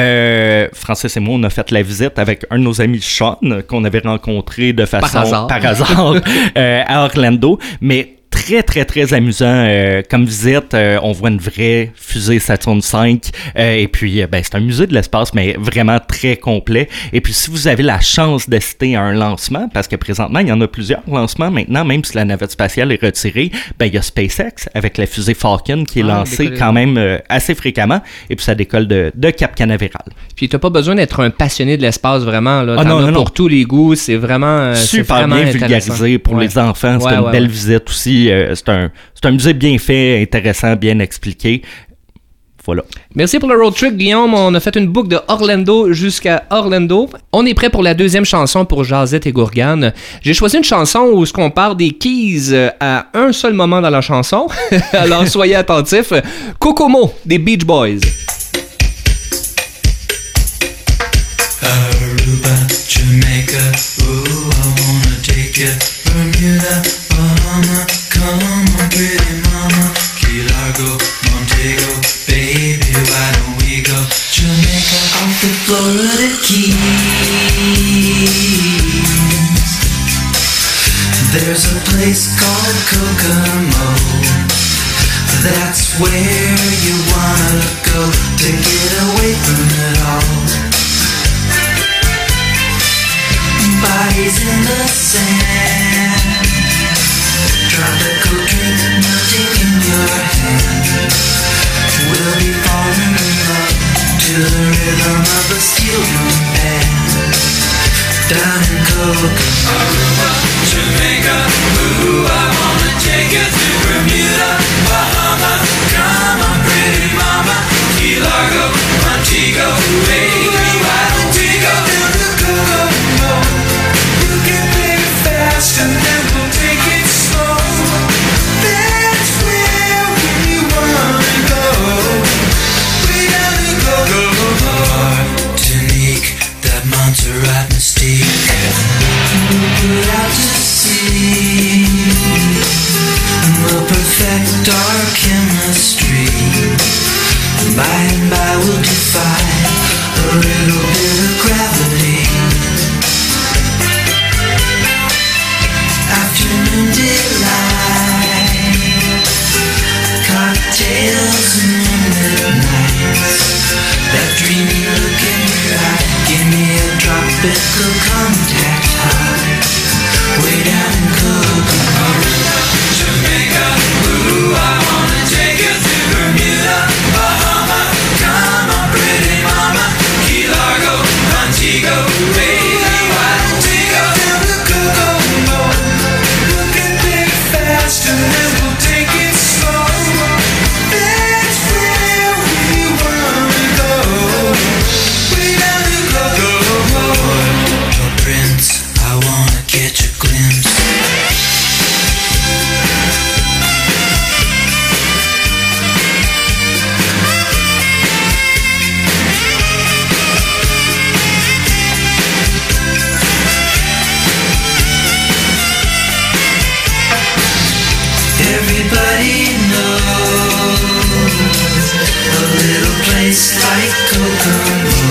Euh, Francis et moi, on a fait la visite avec un de nos amis, Sean, qu'on avait rencontré de façon hasard. par hasard, euh, à Orlando. Mais très, très, très amusant euh, comme visite. Euh, on voit une vraie fusée Saturn cinq. Euh, et puis, euh, ben, c'est un musée de l'espace, mais vraiment très complet. Et puis, si vous avez la chance d'assister à un lancement, parce que présentement, il y en a plusieurs lancements maintenant, même si la navette spatiale est retirée, ben, il y a SpaceX avec la fusée Falcon qui est Ah, lancée décoller. quand même euh, assez fréquemment. Et puis, ça décolle de, de Cap Canaveral. Puis t'as pas besoin d'être un passionné de l'espace vraiment. Là. Ah, T'en non, as non, pour non. tous les goûts. C'est vraiment, euh, c'est Super vraiment bien intéressant. vulgarisé pour Ouais. les enfants. C'est Ouais, une ouais, belle ouais. visite aussi. Euh, c'est, un, c'est un musée bien fait, intéressant, bien expliqué. Voilà. Merci pour le road trip, Guillaume. On a fait une boucle de Orlando jusqu'à Orlando. On est prêt pour la deuxième chanson pour Jazette et Gourgane. J'ai choisi une chanson où ce qu'on parle des keys euh, à un seul moment dans la chanson. Alors soyez attentifs. Kokomo des Beach Boys. Aruba, Jamaica, ooh, I wanna take you. Bermuda, Bahama, come on, pretty mama. Key Largo, Montego, baby, why don't we go? Jamaica, off the Florida Keys. There's a place called Kokomo. That's where you wanna go to get away from it all. Bodies in the sand, tropical drink melting in your hand. We'll be falling in love to the rhythm of a steel drum band. Down in Kokomo, Jamaica, ooh, I wanna take you to Bermuda, Bahama. Come on, pretty mama, Key Largo, Montego, baby, why don't we go down to Kokomo? You can play it fast and then we'll take it slow. That's where we wanna go. Way down in Kokomo. Martinique, that Montserrat mystique. We'll put out to sea. We'll perfect our chemistry. By and by we'll defy a little bit of gravity. Afternoon delight, cocktails and moonlit nights. That dreamy look in your eye, give me a tropical contact high. Way down in Kokomo, Jamaica, ooh, I wanna take you to Bermuda, Bahama. Come on, pretty mama, Key Largo, Montego, baby, why don't we go down to Kokomo? Look at it fast and then we'll take it slow. That's where we wanna go. Way down in Kokomo. Oh, Prince, I wanna catch a glimpse. Everybody knows a little place like Kokomo.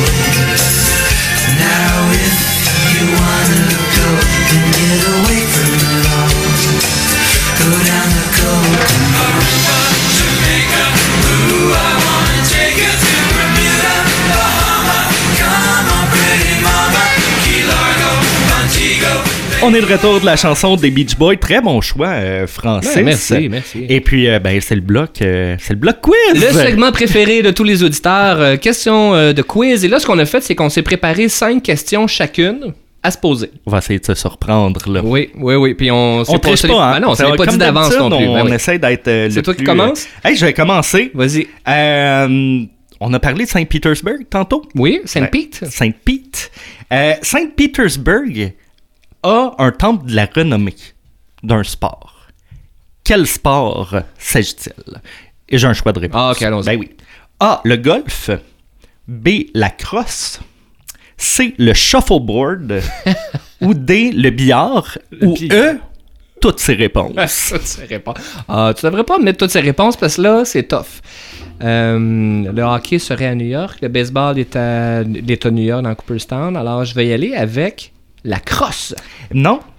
Now if you wanna go and get away from it all, go down to Kokomo. Jamaica, ooh, I wanna take you to Bermuda, Bahama. Come on, pretty mama, Key Largo, Montego. On est de retour de la chanson des Beach Boys. Très bon choix, euh, Francis. Ouais, merci, merci. Et puis, euh, ben, c'est le bloc, euh, c'est le bloc quiz. Le segment préféré de tous les auditeurs, euh, question euh, de quiz. Et là, ce qu'on a fait, c'est qu'on s'est préparé cinq questions chacune à se poser. On va essayer de se surprendre, là. Oui, oui, oui. Puis on s'est On triche pas, pas, hein? Ben non, on s'est Ça va, pas dit comme d'avance d'habitude, non plus. On, Ben oui. essaie d'être euh, C'est le toi qui plus, commences? euh, Hey, je vais commencer. Vas-y. Euh, on a parlé de Saint-Pétersbourg tantôt. Oui, Saint Ouais. Pete. Saint-Pete. Euh, Saint-Pétersbourg a un temple de la renommée d'un sport. Quel sport s'agit-il? Et j'ai un choix de réponse. Ah, ok, allons-y. Ben oui. A, le golf. B, la crosse. C, le shuffleboard. Ou D, le billard. Ou billard. E, toutes ces réponses. Toutes ces réponses. Ah, tu devrais pas mettre toutes ces réponses parce que là, c'est tough. Euh, le hockey serait à New York. Le baseball est à l'État de New York dans Cooperstown. Alors, je vais y aller avec la crosse. Non,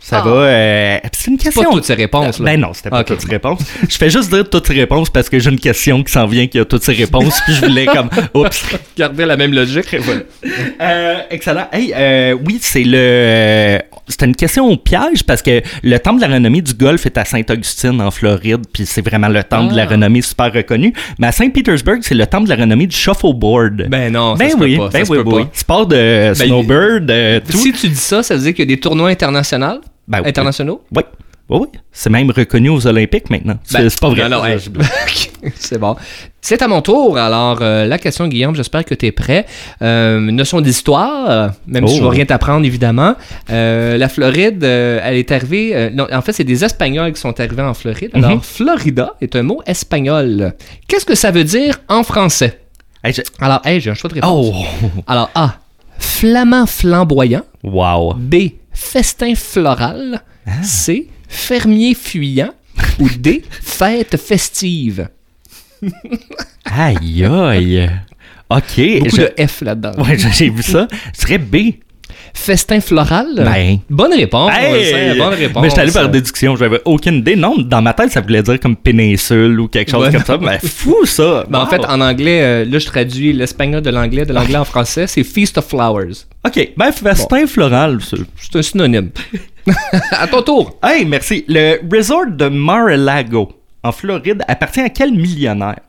Ça Ah. va. euh, c'est une C'est question. pas toutes ces réponses, là. Ben non, c'était pas Ok. toutes ces réponses. Je fais juste dire toutes ces réponses parce que j'ai une question qui s'en vient qui a toutes ces réponses. Puis je voulais comme. Oups. Gardez la même logique. Euh, excellent. Hey, euh, oui, c'est le. euh, C'est une question au piège parce que le temple de la renommée du golf est à Sainte-Augustine en Floride, puis c'est vraiment le temple Ah. de la renommée super reconnu. Mais à Saint-Pétersbourg, c'est le temple de la renommée du shuffleboard. Ben non, ça Ben se peut oui, pas. ben ça oui, se peut oui. pas. Sport de snowbird, euh, tout. Si tu dis ça, ça veut dire qu'il y a des tournois internationaux? Ben oui. Internationaux? Oui, oui, oui. C'est même reconnu aux Olympiques maintenant. C'est Ben, c'est pas vrai. non, non, hey. C'est bon. C'est à mon tour. Alors, euh, la question, Guillaume, j'espère que tu es prêt. Euh, une notion d'histoire, même si je ne Oh. vais rien t'apprendre, évidemment. Euh, la Floride, euh, elle est arrivée... euh, non, en fait, c'est des Espagnols qui sont arrivés en Floride. Alors, Mhm. Florida est un mot espagnol. Qu'est-ce que ça veut dire en français? Hey, je- Alors, hey, j'ai un choix de réponse. Oh! Alors, A. Flamand flamboyant. Wow. B. Festin floral. Ah. C. Fermier fuyant. Ou D. Fête festive. Aïe, aïe. OK. Beaucoup je- de F là-dedans. Ouais, j'ai vu ça. Ce serait B. Festin floral. Ben. Bonne réponse. Hey! c'est- bonne réponse. Mais j'étais allé par déduction, j'avais aucune idée. Non, dans ma tête, ça voulait dire comme péninsule ou quelque chose Ouais. comme ça. Mais fou, ça! Ben, En Wow. fait, en anglais, euh, là, je traduis l'espagnol de l'anglais, de l'anglais en français, c'est Feast of Flowers. OK, ben, festin floral, ça. C'est un synonyme. À ton tour. Hey, merci. Le resort de Mar-a-Lago, en Floride, appartient à quel millionnaire?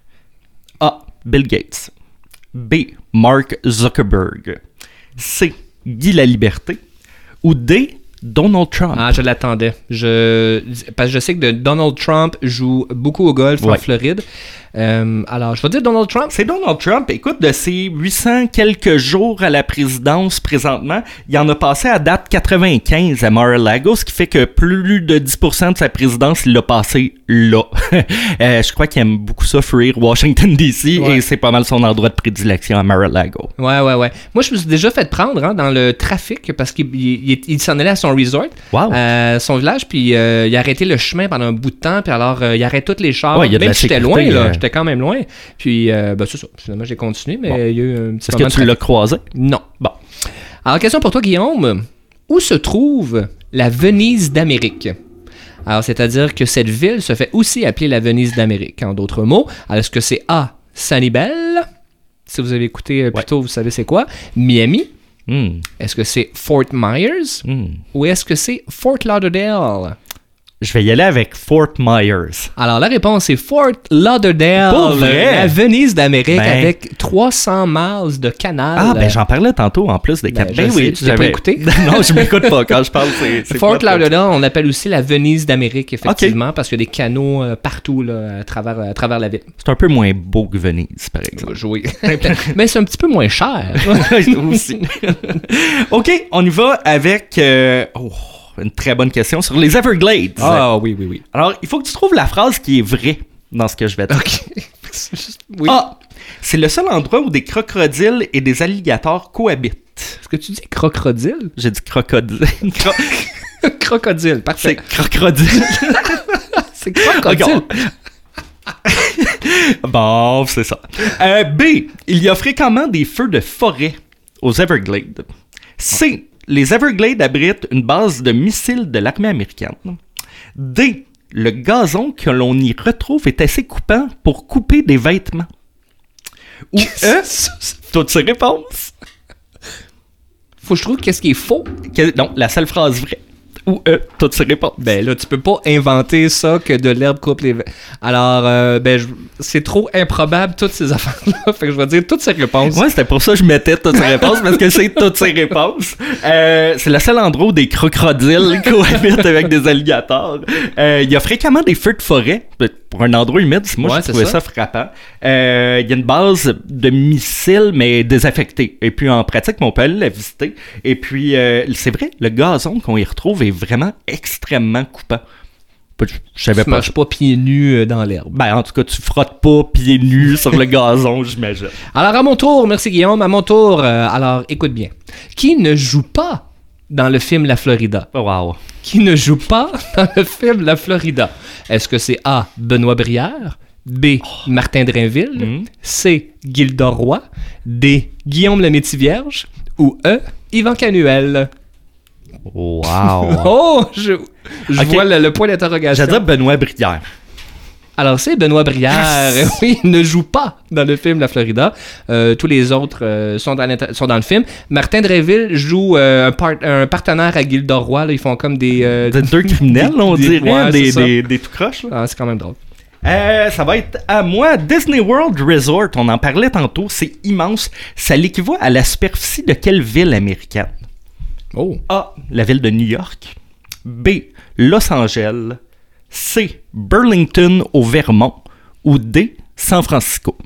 A. Bill Gates. B. Mark Zuckerberg. C. Guy Laliberté. Ou D. Donald Trump. Ah, je l'attendais. Je... Parce que je sais que de- Donald Trump joue beaucoup au golf en Ouais. Floride. Euh, alors, je vais dire Donald Trump. C'est Donald Trump. Écoute, de ses huit cents quelques jours à la présidence présentement, il en a passé à date quatre-vingt-quinze à Mar-a-Lago, ce qui fait que plus de dix pour cent de sa présidence, il l'a passé là. Euh, je crois qu'il aime beaucoup ça, fuir Washington D C, Ouais. et c'est pas mal son endroit de prédilection à Mar-a-Lago. Ouais, ouais, ouais. Moi, je me suis déjà fait prendre hein, dans le trafic parce qu'il il- il- il s'en allait à son resort, Wow. à son village, puis euh, il a arrêté le chemin pendant un bout de temps, puis alors euh, il arrête tous les chars. Ouais, il y a de Même la si j'étais sécurité, loin, là, euh. j'étais quand même loin. Puis, euh, ben, c'est ça. Finalement, j'ai continué, mais Bon. il y a eu un petit Est-ce moment que de tu l'as trafic. croisé? Non. Bon. Alors, question pour toi, Guillaume. Où se trouve la Venise d'Amérique? Alors, c'est-à-dire que cette ville se fait aussi appeler la Venise d'Amérique. En d'autres mots, alors, est-ce que c'est A. Sunnyvale? Si vous avez écouté euh, plus Ouais. tôt, vous savez c'est quoi. Miami? Hmm, Est-ce que c'est Fort Myers? hmm. Ou est-ce que c'est Fort Lauderdale? Je vais y aller avec Fort Myers. Alors, la réponse est Fort Lauderdale, Pour vrai? la Venise d'Amérique, Ben. avec trois cents miles de canal. Ah, ben j'en parlais tantôt en plus des Ben, quatre. je sais, tu t'es pas j'avais- écouté? Non, je m'écoute pas quand je parle. C'est, c'est Fort pas- Lauderdale, on l'appelle aussi la Venise d'Amérique, effectivement, parce qu'il y a des canaux euh, partout là, à, travers, à travers la ville. C'est un peu moins beau que Venise, par Ça exemple. va jouer. Mais c'est un petit peu moins cher. Aussi. OK, on y va avec euh, oh, une très bonne question sur les Everglades. Ah oui, oui, oui. Alors, il faut que tu trouves la phrase qui est vraie dans ce que je vais te dire. OK. C'est juste- oui. A. C'est le seul endroit où des crocodiles et des alligators cohabitent. Est-ce que tu dis crocodile? J'ai dit crocodile. Cro- Crocodile, c'est parfait. crocodile. C'est crocodile. Bon, c'est ça. Euh, B. Il y a fréquemment des feux de forêt aux Everglades. C. Les Everglades abritent une base de missiles de l'armée américaine. D. Le gazon que l'on y retrouve est assez coupant pour couper des vêtements. Ou E. Toutes ces réponses. Faut que je trouve qu'est-ce qui est faux. Que- non, la seule phrase vraie. Ou E. Toutes ces réponses. Ben là, tu peux pas inventer ça que de l'herbe coupe les... Alors, euh, ben, je- c'est trop improbable, toutes ces affaires-là. Fait que je vais dire toutes ces réponses. Ouais, c'était pour ça que je mettais toutes ces réponses, parce que c'est toutes ces réponses. Euh, c'est le seul endroit où des crocodiles cohabitent avec des alligators. Euh, Il y a fréquemment des feux de forêt. Pour un endroit humide, moi, Ouais, je c'est trouvais ça. ça, frappant. Euh, Il y a une base de missiles, mais désaffectée. Et puis, en pratique, on peut aller la visiter. Et puis, euh, c'est vrai, le gazon qu'on y retrouve est vraiment extrêmement coupant. Je, je savais Tu pas. marches pas pieds nus euh, dans l'herbe. Ben, en tout cas, tu frottes pas pieds nus sur le gazon, j'imagine. Alors, à mon tour, merci Guillaume, à mon tour, euh, alors écoute bien. Qui ne joue pas dans le film La Florida? Wow. Qui ne joue pas dans le film La Florida? Est-ce que c'est A. Benoît Brière? B. Martin Drainville? Mm. C. Gilda Roy? D. Guillaume le Métis-Vierge? Ou E. Yvan Canuel? Wow! Oh! Je, je Ok. vois le, le point d'interrogation. J'allais dire Benoît Brière. Alors, c'est Benoît Brière. Oui, il ne joue pas dans le film La Florida. Euh, tous les autres euh, sont, dans l'inter- sont dans le film. Martin Dreville joue euh, un, part- un partenaire à Gilda Roy. Là. Ils font comme des... euh, Des deux criminels, là, on des- dirait, ouais, des, c'est ça. des, des tout croches. là. Ah, c'est quand même drôle. Euh, ça va être à moi. Disney World Resort, on en parlait tantôt, c'est immense. Ça l'équivaut à la superficie de quelle ville américaine? Oh. A. La ville de New York. B. Los Angeles. C. Burlington au Vermont. Ou D. San Francisco.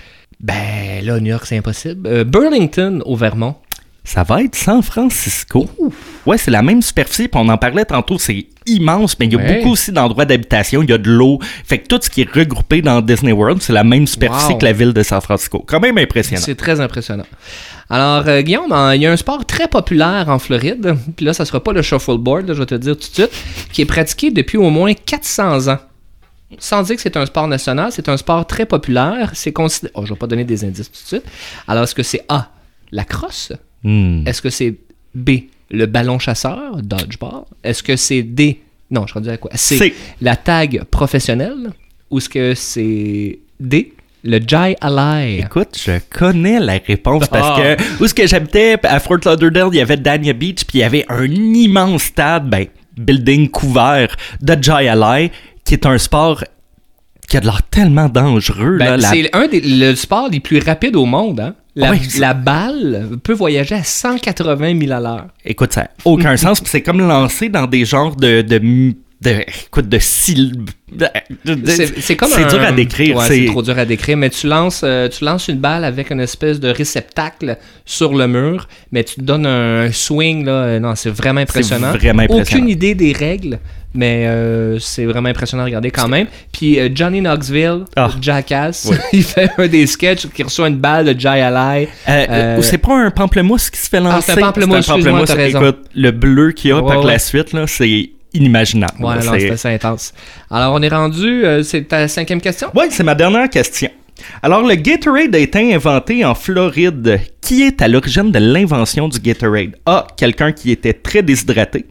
Ben là, New York, c'est impossible. Euh, Burlington, au Vermont. Ça va être San Francisco. Ouais, c'est la même superficie, puis on en parlait tantôt, c'est immense, mais il y a Ouais. beaucoup aussi d'endroits d'habitation, il y a de l'eau. Fait que tout ce qui est regroupé dans Disney World, c'est la même superficie Wow. que la ville de San Francisco. Quand même impressionnant. C'est très impressionnant. Alors, euh, Guillaume, en- il y a un sport très populaire en Floride, puis là, ça sera pas le shuffleboard, là, je vais te le dire tout de suite, qui est pratiqué depuis au moins quatre cents ans. Sans dire que c'est un sport national, c'est un sport très populaire. C'est considéré... Oh, je vais pas donner des indices tout de suite. Alors, est-ce que c'est A, la crosse? Hmm. Est-ce que c'est B, le ballon chasseur, dodgeball? Est-ce que c'est D, non, je rendu à quoi? C, C. la tag professionnelle? Ou est-ce que c'est D, le Jai Alai? Écoute, je connais la réponse parce Ah. que où est-ce que j'habitais à Fort Lauderdale, il y avait Dania Beach, puis il y avait un immense stade, ben, building couvert de Jai Alai, qui est un sport qui a de l'air tellement dangereux. Ben, là, la- c'est un des le sports les plus rapides au monde. Hein? La, Ouais, c'est- la balle peut voyager à cent quatre-vingts mille à l'heure. Écoute, ça n'a aucun sens. Puis c'est comme lancer dans des genres de... de, de écoute, de syllabes. de- de- C'est c'est comme C'est un- dur à décrire. Ouais, c'est... c'est trop dur à décrire. Mais tu lances, euh, tu lances une balle avec une espèce de réceptacle sur le mur, mais tu te donnes un swing. Là. Euh, Non, c'est vraiment impressionnant. C'est vraiment impressionnant. Aucune idée des règles, mais euh, c'est vraiment impressionnant à regarder quand même. Puis euh, Johnny Knoxville, Ah. Jackass, il fait un des sketchs qui reçoit une balle de Jai Alai. Euh, Euh, ou c'est pas un pamplemousse qui se fait lancer. Ah, c'est un pamplemousse, excuse-moi, t'as raison. Écoute, le bleu qu'il y a Ouais, par ouais. la suite, là, c'est inimaginable. Ouais, là, non, c'est... c'est assez intense. Alors, on est rendu, euh, c'est ta cinquième question? Ouais, c'est ma dernière question. Alors, le Gatorade a été inventé en Floride. Qui est à l'origine de l'invention du Gatorade? A. Quelqu'un qui était très déshydraté.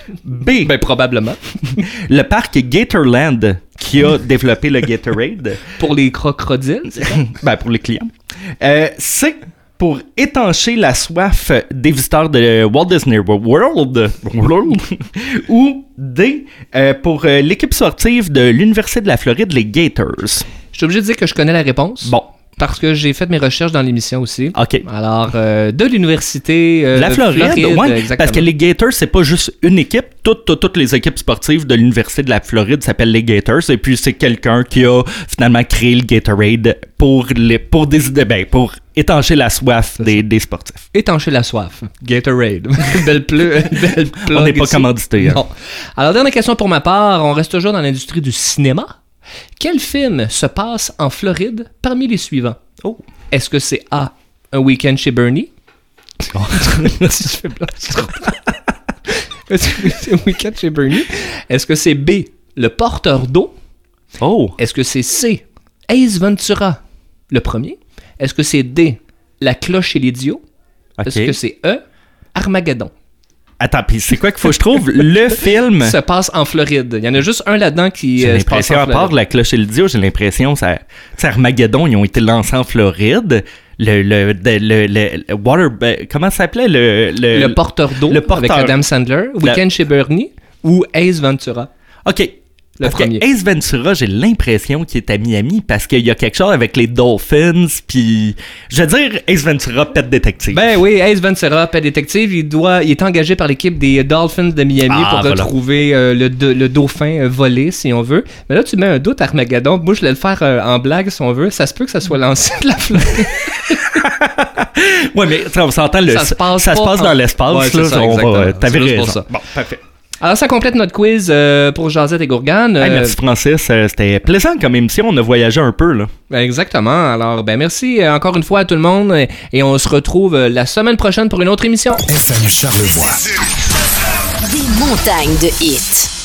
B. Ben, probablement. Le parc Gatorland qui a développé le Gatorade. Pour les crocodiles, c'est ça? Ben, pour les clients. Euh, C. Pour étancher la soif des visiteurs de Walt Disney World. World. Ou D. euh, pour euh, l'équipe sportive de l'Université de la Floride, les Gators. Je suis obligé de dire que je connais la réponse. Bon. Parce que j'ai fait mes recherches dans l'émission aussi. OK. Alors, euh, de l'université euh, De la Floride, ouais, exactement. parce que les Gators, c'est pas juste une équipe. Toutes, toutes, toutes les équipes sportives de l'Université de la Floride s'appellent les Gators. Et puis, c'est quelqu'un qui a finalement créé le Gatorade pour, les, pour, des, ben, pour étancher la soif des, des sportifs. Étancher la soif. Gatorade. belle pleu, belle plug On n'est pas ici. commandité. Hein. Non. Alors, dernière question pour ma part. On reste toujours dans l'industrie du cinéma. Quel film se passe en Floride parmi les suivants? Oh. Est-ce que c'est A, Un week-end chez Bernie? Si je fais blanc, c'est trop- Est-ce que c'est Un week-end chez Bernie? Est-ce que c'est B, Le porteur d'eau? Oh. Est-ce que c'est C, Ace Ventura, le premier? Est-ce que c'est D, La cloche et l'idiot? OK. Est-ce que c'est E, Armageddon? Attends, puis c'est quoi qu'il faut que je trouve? Le film... Se passe en Floride. Il y en a juste un là-dedans qui J'ai euh, se passe l'impression, en à part Floride. la cloche et le dio, j'ai l'impression ça, tu sais, Armageddon, ils ont été lancés en Floride. Le, le, de- le, le, le water, ben, comment ça s'appelait? Le, le, Le porteur d'eau le porteur- avec Adam Sandler, Weekend chez Bernie ou Ace Ventura. OK. Le Parce premier. que Ace Ventura, j'ai l'impression qu'il est à Miami parce qu'il y a quelque chose avec les Dolphins, puis je veux dire, Ace Ventura, pet détective. Ben oui, Ace Ventura, pet détective, il doit, il est engagé par l'équipe des Dolphins de Miami Ah, pour voilà. retrouver euh, le, de- le dauphin euh, volé, si on veut. Mais là, tu mets un doute à Armageddon. Moi, je voulais le faire euh, en blague, si on veut. Ça se peut que ça soit lancé de la Floride. Ouais, mais tu sais, on s'entend, le, Ça se passe ça se pas passe en- dans l'espace. Ouais, c'est là, ça, on va- exactement. T'avais C'est juste raison. pour ça. Bon, parfait. Alors, ça complète notre quiz euh, pour Jazette et Gourgane. Hey, Euh, merci Francis, euh, c'était plaisant comme émission, on a voyagé un peu là. Exactement. Alors, ben merci euh, encore une fois à tout le monde et, et on se retrouve euh, la semaine prochaine pour une autre émission. F M Charlevoix. Des montagnes de hits.